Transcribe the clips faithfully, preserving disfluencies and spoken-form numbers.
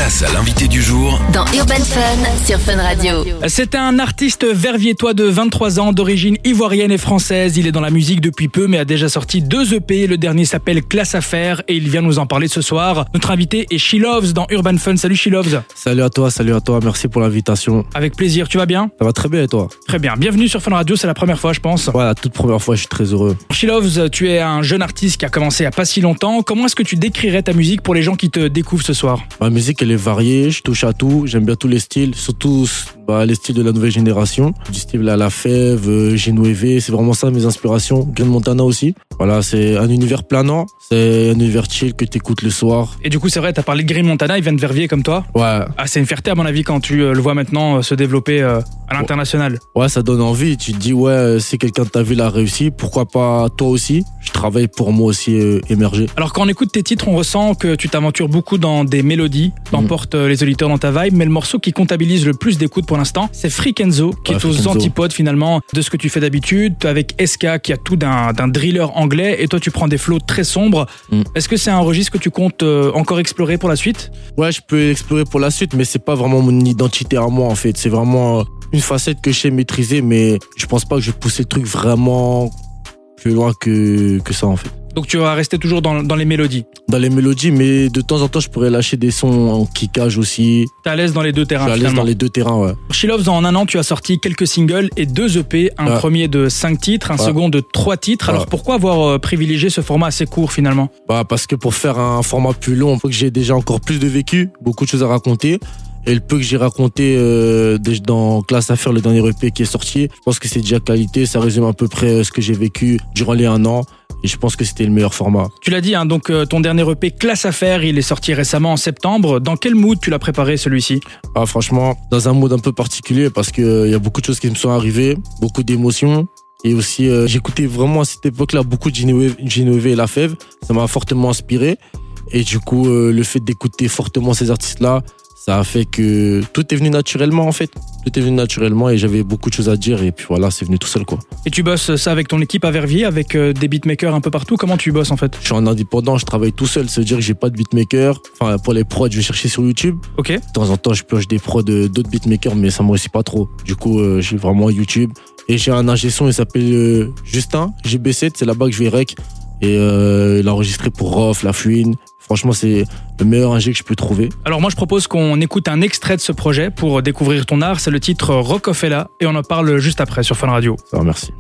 Place à l'invité du jour dans Urban Fun sur Fun Radio. C'est un artiste verviétois de vingt-trois ans, d'origine ivoirienne et française. Il est dans la musique depuis peu, mais a déjà sorti deux E P. Le dernier s'appelle Classe à faire et il vient nous en parler ce soir. Notre invité est She Loves dans Urban Fun. Salut She Loves. Salut à toi, salut à toi. Merci pour l'invitation. Avec plaisir. Tu vas bien? Ça va très bien et toi? Très bien. Bienvenue sur Fun Radio. C'est la première fois, je pense. Ouais, la toute première fois, je suis très heureux. She Loves, tu es un jeune artiste qui a commencé il n'y a pas si longtemps. Comment est-ce que tu décrirais ta musique pour les gens qui te découvrent ce soir? Ma musique, elle est variée. Je touche à tout. J'aime bien tous les styles, surtout bah, les styles de la nouvelle génération. Du style à la fève, euh, Genueve, c'est vraiment ça mes inspirations. Green Montana aussi. Voilà, c'est un univers planant. C'est un univers chill que tu écoutes le soir. Et du coup, c'est vrai, t'as parlé de Green Montana, il vient de Verviers comme toi. Ouais. Ah, c'est une fierté à mon avis quand tu euh, le vois maintenant euh, se développer euh, à l'international. Ouais, ça donne envie. Tu te dis, ouais, si quelqu'un de ta ville a réussi, pourquoi pas toi aussi? Je travaille pour moi aussi euh, émerger. Alors quand on écoute tes titres, on ressent que tu t'aventures beaucoup dans des mélodies, t'emportes mmh. les auditeurs dans ta vibe, mais le morceau qui comptabilise le plus d'écoute pour l'instant, c'est Freakenzo, qui ouais, est aux Freakenzo. Antipodes finalement de ce que tu fais d'habitude, avec S K qui a tout d'un, d'un driller anglais, et toi tu prends des flows très sombres. Mmh. Est-ce que c'est un registre que tu comptes euh, encore explorer pour la suite? Ouais, je peux explorer pour la suite, mais c'est pas vraiment mon identité à moi en fait. C'est vraiment une facette que je sais maîtriser, mais je pense pas que je vais pousser le truc vraiment plus loin que, que ça en fait. Donc tu vas rester toujours dans, dans les mélodies? Dans les mélodies, mais de temps en temps je pourrais lâcher des sons en kickage aussi. T'es à l'aise dans les deux terrains? Je suis à l'aise dans les deux terrains, ouais. She Loves, en un an tu as sorti quelques singles et deux E P, un ouais. premier de cinq titres, un ouais. second de trois titres. Ouais. Alors pourquoi avoir privilégié ce format assez court finalement? Bah parce que pour faire un format plus long, il faut que j'ai déjà encore plus de vécu, beaucoup de choses à raconter. Et le peu que j'ai raconté euh, dans Classe à faire, le dernier E P qui est sorti, je pense que c'est déjà qualité, ça résume à peu près ce que j'ai vécu durant les un an. Et je pense que c'était le meilleur format. Tu l'as dit, hein, donc euh, ton dernier E P Classe à faire, il est sorti récemment en septembre. Dans quel mood tu l'as préparé celui-ci? Ah franchement, dans un mood un peu particulier parce qu'il euh, y a beaucoup de choses qui me sont arrivées, beaucoup d'émotions. Et aussi, euh, j'écoutais vraiment à cette époque-là beaucoup de Genueve et La Fève. Ça m'a fortement inspiré. Et du coup, euh, le fait d'écouter fortement ces artistes-là, ça a fait que tout est venu naturellement en fait. Tout est venu naturellement et j'avais beaucoup de choses à dire et puis voilà, c'est venu tout seul quoi. Et tu bosses ça avec ton équipe à Verviers, avec euh, des beatmakers un peu partout? Comment tu bosses en fait? Je suis en indépendant, je travaille tout seul, ça veut dire que j'ai pas de beatmaker. Enfin pour les prods, je vais chercher sur YouTube. Ok. De temps en temps, je pioche des prods de, d'autres beatmakers mais ça me réussit pas trop. Du coup, euh, j'ai vraiment YouTube. Et j'ai un ingé son, il s'appelle euh, Justin, G B sept, c'est là-bas que je vais rec. Et euh, il a enregistré pour Rof, La Fouine. Franchement, c'est le meilleur ingé que je peux trouver. Alors moi, je propose qu'on écoute un extrait de ce projet pour découvrir ton art. C'est le titre Rockefeller et on en parle juste après sur Fun Radio. Ça va, merci.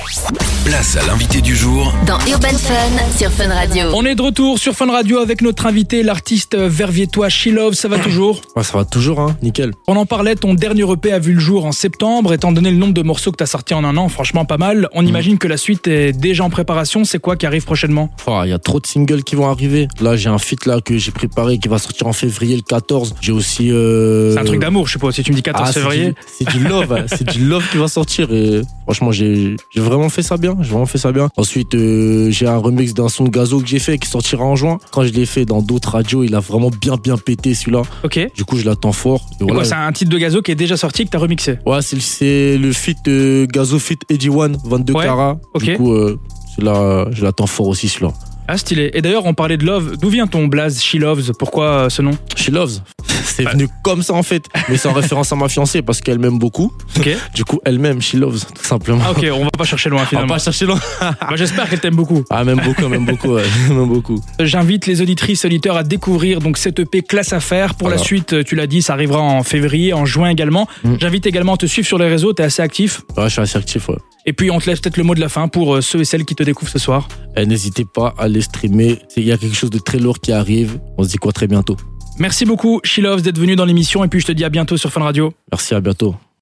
Place à l'invité du jour dans Urban Fun sur Fun Radio. On est de retour sur Fun Radio avec notre invité, l'artiste verviétois She Loves. Ça va toujours? Ouais, ça va toujours, hein, nickel. On en parlait, ton dernier E P a vu le jour en septembre. Étant donné le nombre de morceaux que tu as sortis en un an, franchement pas mal. On mmh. imagine que la suite est déjà en préparation. C'est quoi qui arrive prochainement? Il oh, y a trop de singles qui vont arriver. Là, j'ai un feat là que j'ai préparé qui va sortir en février le quatorze. J'ai aussi... Euh... C'est un truc d'amour, je sais pas, si tu me dis quatorze ah, février. C'est du, c'est du love, c'est du love qui va sortir et franchement, j'ai, j'ai vraiment fait ça bien. J'ai vraiment fait ça bien. Ensuite, euh, j'ai un remix d'un son de Gazo que j'ai fait qui sortira en juin. Quand je l'ai fait dans d'autres radios, il a vraiment bien bien pété celui-là. Ok. Du coup, je l'attends fort. Et, et voilà. Quoi, c'est un titre de Gazo qui est déjà sorti et que t'as remixé? Ouais, c'est, c'est le feat euh, Gazo feat Eddie One, vingt-deux ouais. carats. Ok. Du coup, euh, celui-là, je l'attends fort aussi celui-là. Ah, stylé. Et d'ailleurs, on parlait de Love. D'où vient ton blaze She Loves? Pourquoi ce nom? She Loves. C'est venu comme ça en fait. Mais c'est en référence à ma fiancée parce qu'elle m'aime beaucoup. Ok. Du coup, elle m'aime, She Loves, tout simplement. Ah, ok, on va pas chercher loin finalement. On va pas chercher loin. Bah, j'espère qu'elle t'aime beaucoup. Ah, même beaucoup, même beaucoup, ouais. Même beaucoup. J'invite les auditrices, auditeurs à découvrir donc cette E P Classe à faire. Pour voilà. La suite, tu l'as dit, ça arrivera en février, en juin également. Mmh. J'invite également à te suivre sur les réseaux. T'es assez actif? Ouais, je suis assez actif, ouais. Et puis on te laisse peut-être le mot de la fin pour ceux et celles qui te découvrent ce soir. Et n'hésitez pas à les streamer. Il y a quelque chose de très lourd qui arrive. On se dit quoi très bientôt. Merci beaucoup She Loves d'être venu dans l'émission et puis je te dis à bientôt sur Fun Radio. Merci, à bientôt.